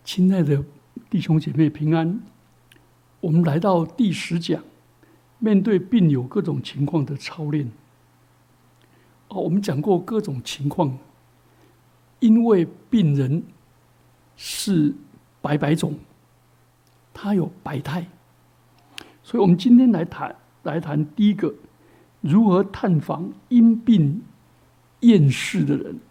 亲爱的弟兄姐妹平安，我们来到第10讲，面对病友各种情况的操练。我们讲过各种情况，因为病人是百百种，他有百态，所以我们今天来谈第一个，如何探访因病厌世的人。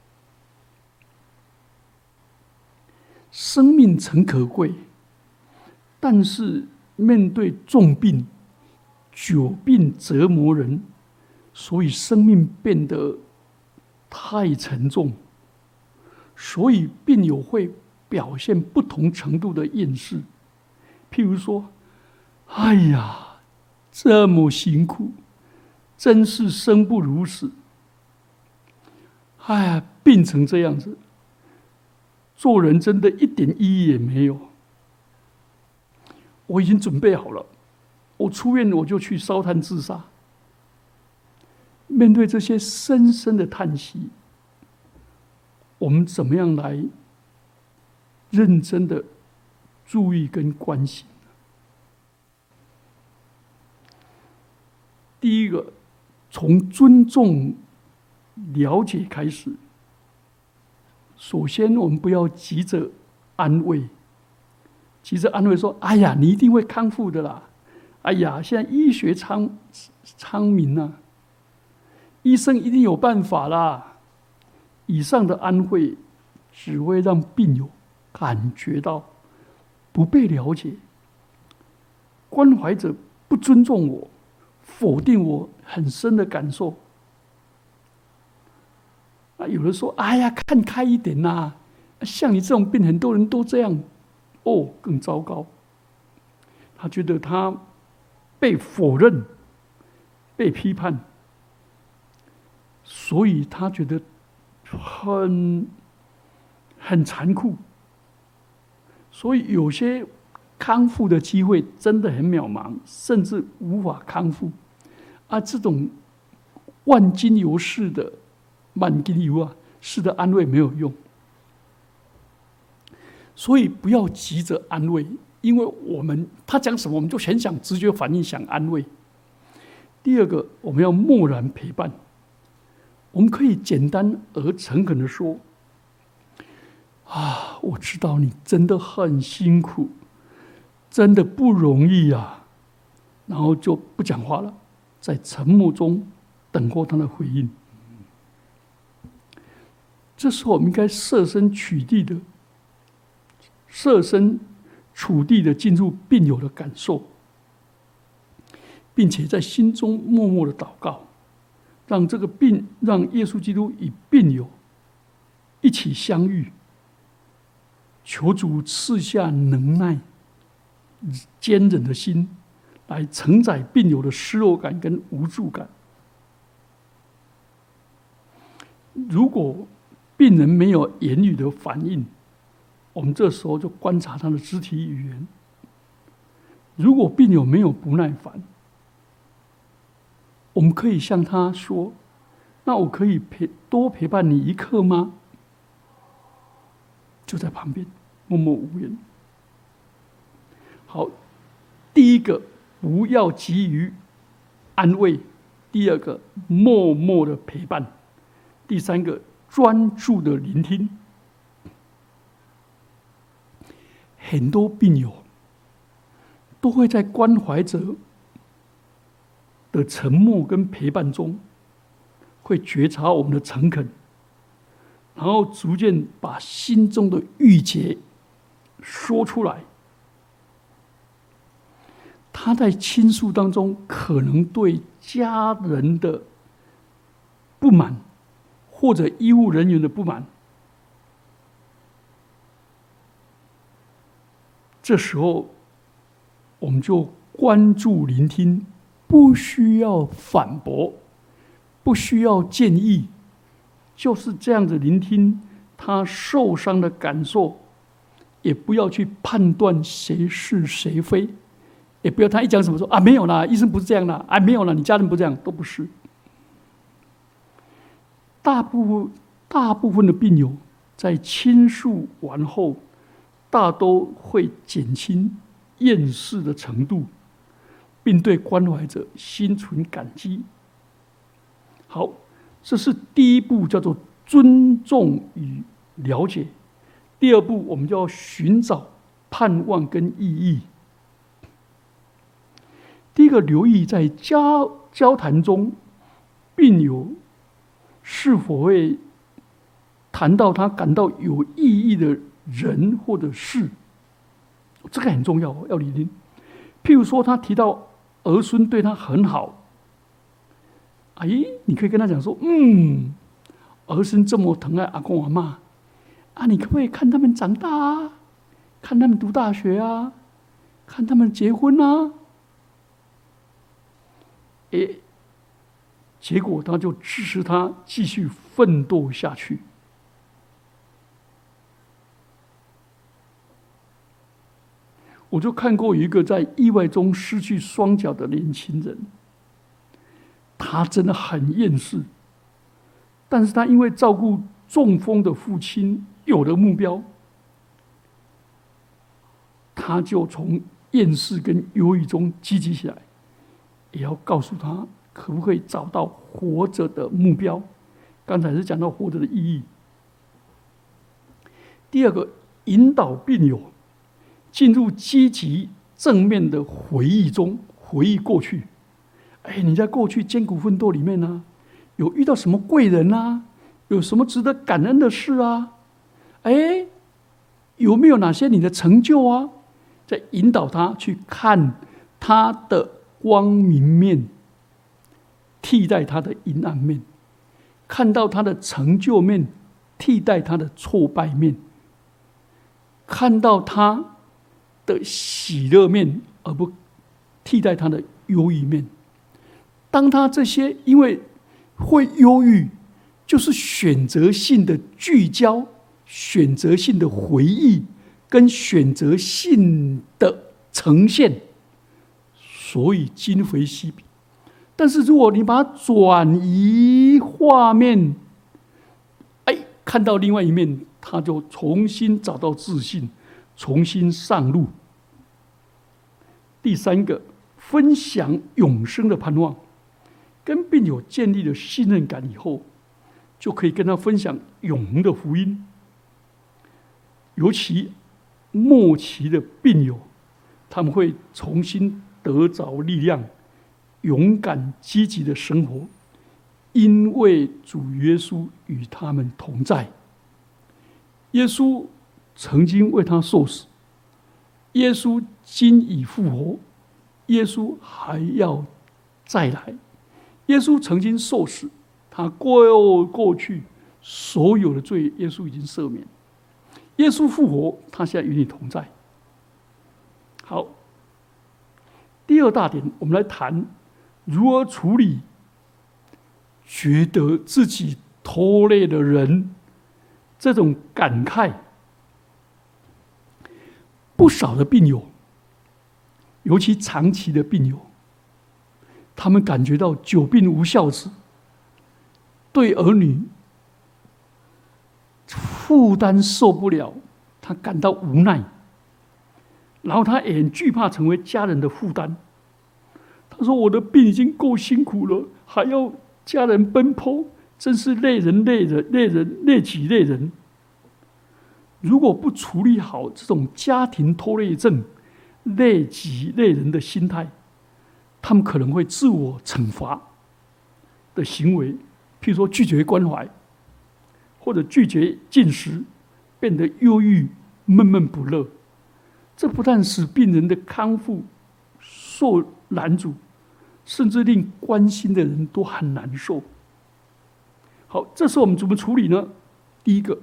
生命诚可贵，但是面对重病、久病折磨人，所以生命变得太沉重，所以病友会表现不同程度的厌世。譬如说，哎呀，这么辛苦，真是生不如死。哎呀，病成这样子，做人真的一点意义也没有。我已经准备好了，我出院我就去烧炭自杀。面对这些深深的叹息，我们怎么样来认真的注意跟关心？第一个，从尊重、了解开始。首先，我们不要急着安慰，说：“哎呀，你一定会康复的啦！哎呀，现在医学昌明啊，医生一定有办法啦。”以上的安慰只会让病友感觉到不被了解，关怀者不尊重我，否定我很深的感受。有人说：“哎呀，看开一点呐！像你这种病，很多人都这样。”更糟糕。他觉得他被否认、被批判，所以他觉得很残酷。所以有些康复的机会真的很渺茫，甚至无法康复。这种万金油式的安慰没有用，所以不要急着安慰，因为他讲什么我们就很想直觉反应想安慰。第二个，我们要默然陪伴。我们可以简单而诚恳的说：“我知道你真的很辛苦，真的不容易啊。”然后就不讲话了，在沉默中等候他的回应。这时候我们应该设身处地的进入病友的感受，并且在心中默默的祷告，让耶稣基督与病友一起相遇，求主赐下能耐、坚忍的心，来承载病友的失落感跟无助感。如果病人没有言语的反应，我们这时候就观察他的肢体语言。如果病友没有不耐烦，我们可以向他说：“那我可以多陪伴你一刻吗？”就在旁边默默无言。好，第一个，不要急于安慰；第二个，默默的陪伴；第三个，专注的聆听。很多病友都会在关怀者的沉默跟陪伴中，会觉察我们的诚恳，然后逐渐把心中的郁结说出来。他在倾诉当中可能对家人的不满，或者医务人员的不满。这时候我们就关注聆听，不需要反驳，不需要建议，就是这样子聆听他受伤的感受，也不要去判断谁是谁非，也不要他一讲什么说没有啦，医生不是这样啦，没有啦，你家人不这样，都不是。大部分的病友在倾诉完后， 大都会减轻厌世的程度，并对关怀者心存感激。好，这是第一步，叫做尊重与了解。第二步，我们就要寻找盼望跟意义。第一个，留意在交谈中，病友是否会谈到他感到有意义的人或者事，这个很重要，要理听。譬如说，他提到儿孙对他很好，你可以跟他讲说：“儿孙这么疼爱阿公阿嬷啊，你可不可以看他们长大啊？看他们读大学啊？看他们结婚啊？”结果他就支持他继续奋斗下去。我就看过一个在意外中失去双脚的年轻人，他真的很厌世，但是他因为照顾中风的父亲有了目标，他就从厌世跟忧郁中积极起来，也要告诉他可不可以找到活着的目标。刚才是讲到活着的意义。第二个，引导病友进入积极正面的回忆中，回忆过去。你在过去艰苦奋斗里面呢，有遇到什么贵人啊？有什么值得感恩的事啊？有没有哪些你的成就啊？再引导他去看他的光明面，替代他的阴暗面；看到他的成就面，替代他的挫败面；看到他的喜乐面，而不替代他的忧郁面。当他这些因为会忧郁，就是选择性的聚焦、选择性的回忆跟选择性的呈现，所以今非昔比。但是如果你把它转移画面，看到另外一面，他就重新找到自信，重新上路。第三个，分享永生的盼望。跟病友建立了信任感以后，就可以跟他分享永恒的福音。尤其末期的病友，他们会重新得着力量，勇敢积极的生活，因为主耶稣与他们同在。耶稣曾经为他受死，耶稣今已复活，耶稣还要再来。耶稣曾经受死，他过去所有的罪，耶稣已经赦免。耶稣复活，他现在与你同在。好，第二大点，我们来谈如何处理觉得自己拖累的人这种感慨。不少的病友，尤其长期的病友，他们感觉到久病无孝子，对儿女负担受不了，他感到无奈，然后他也很惧怕成为家人的负担。他说：“我的病已经够辛苦了，还要家人奔波，真是累人累己累人。”如果不处理好这种家庭拖累症、累己累人的心态，他们可能会自我惩罚的行为，譬如说拒绝关怀，或者拒绝进食，变得忧郁、闷闷不乐。这不但使病人的康复受拦阻，甚至令关心的人都很难受。好，这时候我们怎么处理呢？第一个，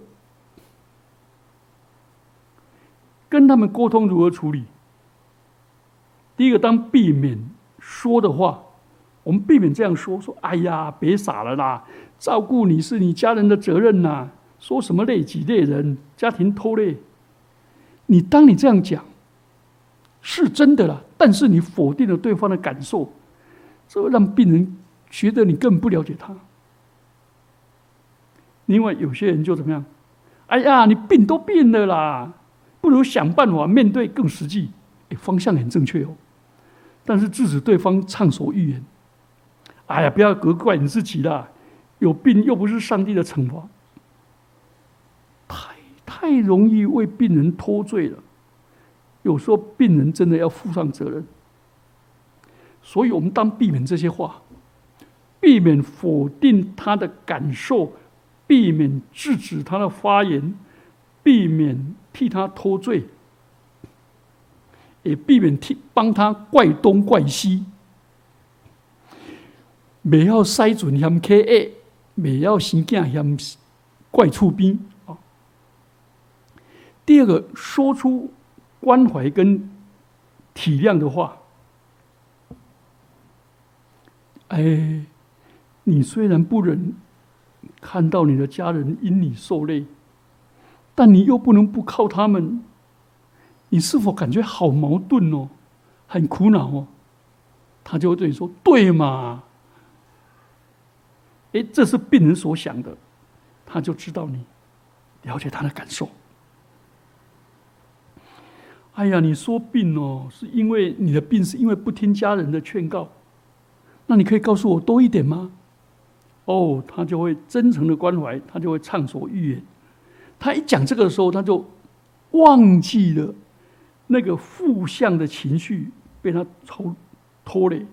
跟他们沟通如何处理。第一个，当避免说的话，我们避免这样说：“哎呀，别傻了啦，照顾你是你家人的责任呐，说什么累己累人，家庭拖累。”当你这样讲，是真的啦，但是你否定了对方的感受，这会让病人觉得你根本不了解他。另外，有些人就怎么样？“哎呀，你病都病了啦，不不如想办法面对更实际。方向很正确哦，但是制止对方畅所欲言。哎呀，不要责怪你自己啦，有病又不是上帝的惩罚。太容易为病人脱罪了，有时候病人真的要负上责任。所以我们当避免这些话，避免否定他的感受，避免制止他的发言，避免替他脱罪，也避免帮他怪东怪西。不要塞准嫌客A，不要生囝嫌怪厝边。第二个，说出关怀跟体谅的话。你虽然不忍看到你的家人因你受累，但你又不能不靠他们。你是否感觉好矛盾哦，很苦恼哦？他就会对你说：“对嘛？”这是病人所想的，他就知道你了解他的感受。哎呀，你说病哦，是因为你的病是因为不听家人的劝告，那你可以告诉我多一点吗？他就会真诚的关怀，他就会畅所欲言。他一讲这个的时候，他就忘记了那个负向的情绪被他拖累。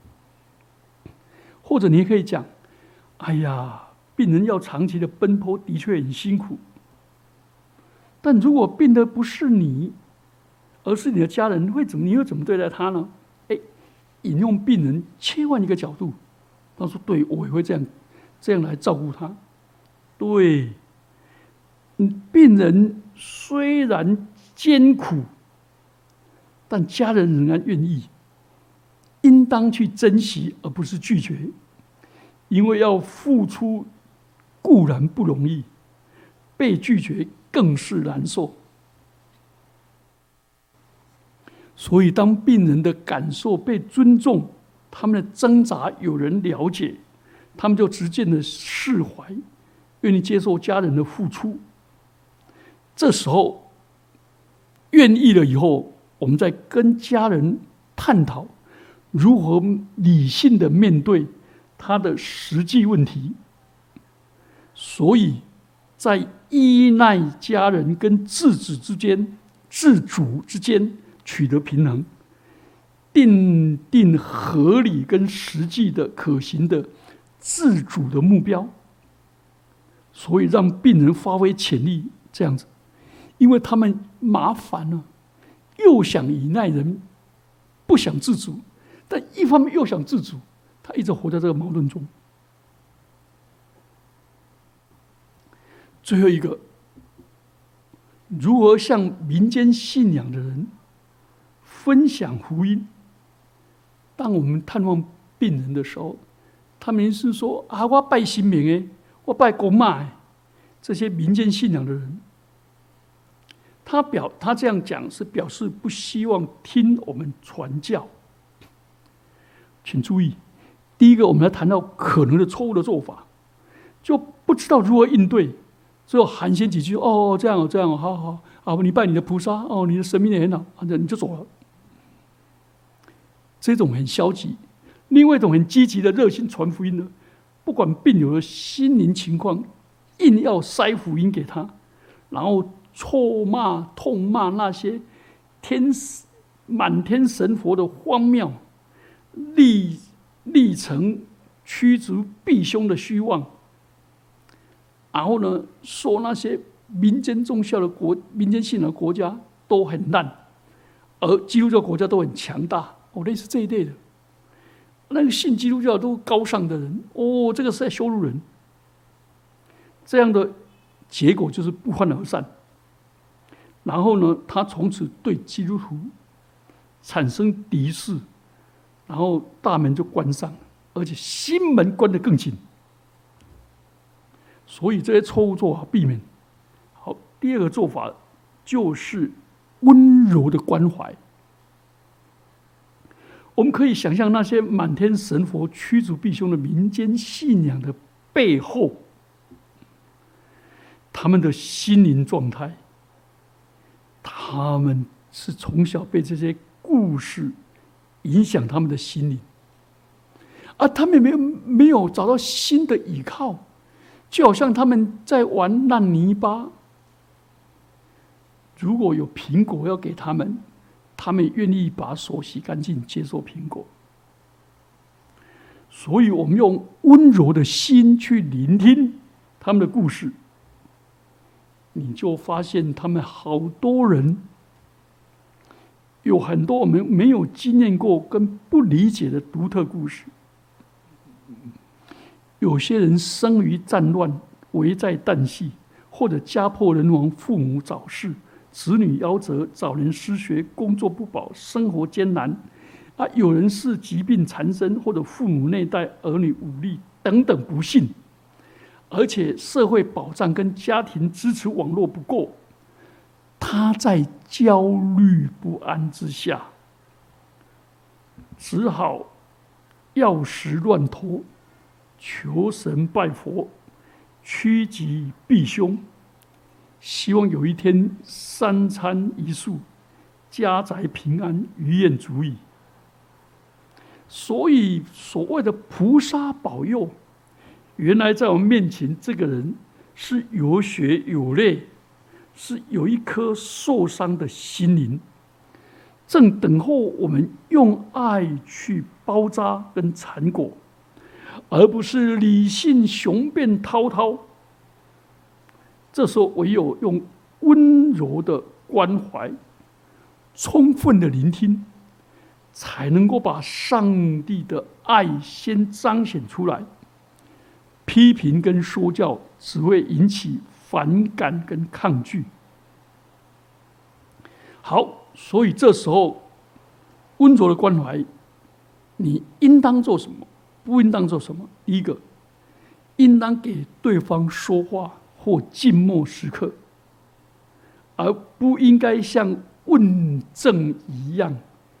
或者你也可以讲：“哎呀，病人要长期的奔波，的确很辛苦。但如果病的不是你，而是你的家人，你又怎么对待他呢？”引用病人切换一个角度，他说：“对，我也会这样来照顾他。”对，病人虽然艰苦，但家人仍然愿意，应当去珍惜，而不是拒绝。因为要付出固然不容易，被拒绝更是难受。所以，当病人的感受被尊重，他们的挣扎有人了解，他们就逐渐的释怀，愿意接受家人的付出。这时候，愿意了以后，我们再跟家人探讨如何理性的面对他的实际问题。所以在依赖家人跟自主之间取得平衡，定合理跟实际的可行的自主的目标，所以让病人发挥潜力，这样子。因为他们麻烦了，又想依赖人，不想自主，但一方面又想自主，他一直活在这个矛盾中。最后一个，如何向民间信仰的人分享福音？当我们探望病人的时候，他们是说：“我拜神明的，我拜公妈的。”这些民间信仰的人，他这样讲是表示不希望听我们传教。请注意，第一个，我们来谈到可能的错误的做法，就不知道如何应对，只有寒暄几句：“这样这样，好，你拜你的菩萨，你的神明也很好，你就走了。”这种很消极。另外一种很积极的热心传福音的，不管病友的心灵情况，硬要塞福音给他，然后臭骂痛骂那些满天神佛的荒谬，历程驱逐避凶的虚妄，然后呢，说那些民间宗教的民间信仰的国家都很烂，而基督教国家都很强大。类似这一类的，那个信基督教都高尚的人，这个是在羞辱人。这样的结果就是不欢而散。然后呢，他从此对基督徒产生敌视，然后大门就关上了，而且心门关得更紧。所以这些错误做法避免。好，第二个做法就是温柔的关怀。我们可以想象那些满天神佛驱逐避凶的民间信仰的背后，他们的心灵状态，他他们是从小被这些故事影响他们的心灵，而他们没有找到新的依靠，就好像他们在玩烂泥巴。如果有苹果要给他们，他们愿意把手洗干净接受苹果。所以我们用温柔的心去聆听他们的故事，你就发现他们好多人有很多我们没有经验过跟不理解的独特故事。有些人生于战乱，危在旦夕，或者家破人亡，父母早逝，子女夭折，早年失学，工作不保，生活艰难。有人是疾病缠身，或者父母那代儿女无力等等不幸，而且社会保障跟家庭支持网络不够，他在焦虑不安之下，只好药石乱投，求神拜佛，趋吉避凶，希望有一天三餐一素，家宅平安，于愿足矣。所以所谓的菩萨保佑，原来在我们面前这个人是有血有泪，是有一颗受伤的心灵，正等候我们用爱去包扎跟缠裹，而不是理性雄辩滔滔。这时候唯有用温柔的关怀，充分的聆听，才能够把上帝的爱先彰显出来。批评跟说教只会引起反感跟抗拒。好，所以这时候温柔的关怀，你应当做什么，不应当做什么？第一个，应当给对方说话或静默时刻，而不应该像问政一样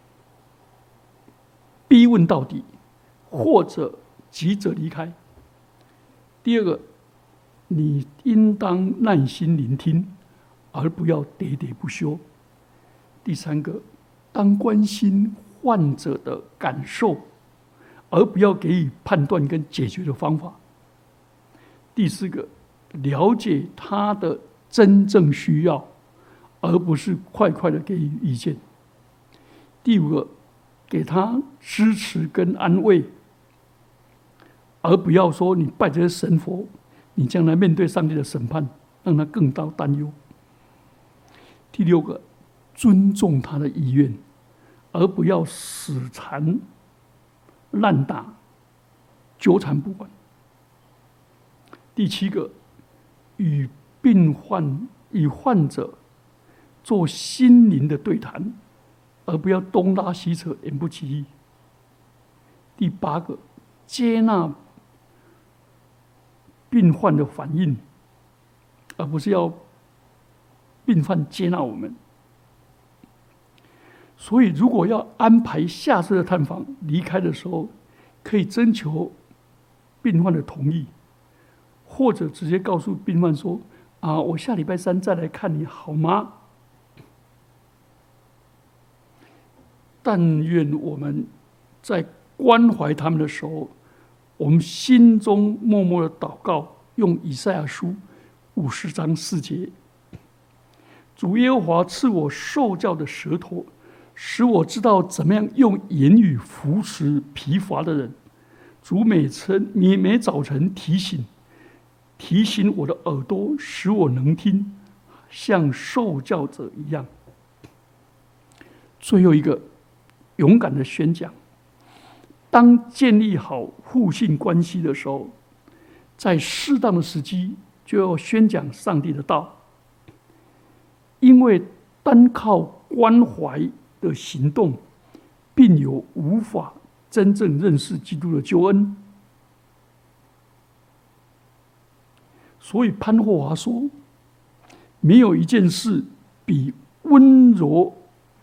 逼问到底，或者急着离开。第二个，你应当耐心聆听，而不要喋喋不休。第三个，当关心患者的感受，而不要给予判断跟解决的方法。第四个，了解他的真正需要，而不是快快的给予意见。第五个，给他支持跟安慰，而不要说你拜这些神佛，你将来面对上帝的审判，让他更大担忧。第六个，尊重他的意愿，而不要死缠烂打，纠缠不完。第七个，与患者做心灵的对谈，而不要东拉西扯，言不及义。第八个，接纳病患的反应，而不是要病患接纳我们。所以如果要安排下次的探访，离开的时候可以征求病患的同意，或者直接告诉病患说我下礼拜3再来看你好吗？但愿我们在关怀他们的时候，我们心中默默的祷告，用以赛亚书50章4节：主耶和华赐我受教的舌头，使我知道怎么样用言语扶持疲乏的人。主每早晨提醒我的耳朵，使我能听，像受教者一样。最后一个，勇敢的宣讲。当建立好互信关系的时候，在适当的时机就要宣讲上帝的道，因为单靠关怀的行动，并有无法真正认识基督的救恩。所以潘霍华说，没有一件事比温柔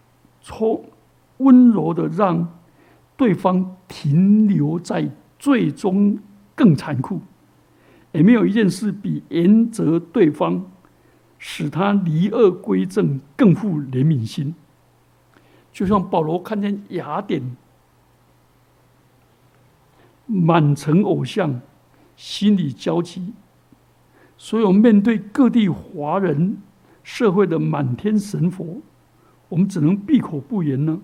的让对方停留在最终更残酷，也没有一件事比严责对方使他离恶归正，更富怜悯心。就像保罗看见雅典满城偶像，心里焦急，所以面对各地华人社会的满天神佛，我们只能闭口不言呢。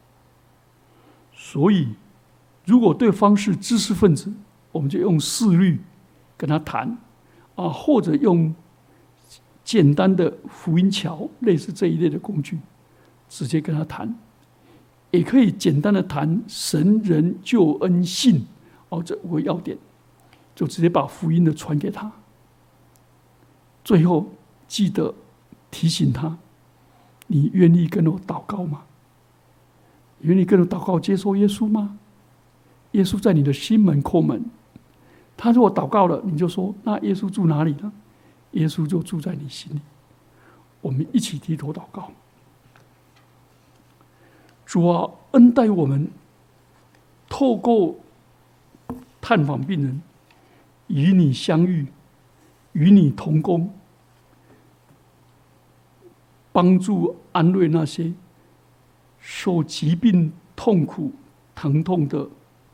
所以如果对方是知识分子，我们就用事律跟他谈或者用简单的福音桥，类似这一类的工具，直接跟他谈。也可以简单的谈神人救恩信这5个要点，就直接把福音的传给他。最后记得提醒他：你愿意跟我祷告吗？你愿意跟我祷告接受耶稣吗？耶稣在你的心门叩门，他如果祷告了，你就说：那耶稣住哪里呢？耶稣就住在你心里。我们一起低头祷告。主啊，恩待我们，透过探访病人，与你相遇，与你同工，帮助安慰那些受疾病、痛苦、疼痛的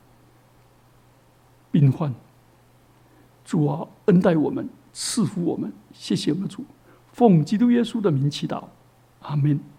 病患。主啊，恩待我们，赐福我们，谢谢我们的主，奉基督耶稣的名祈祷，阿们。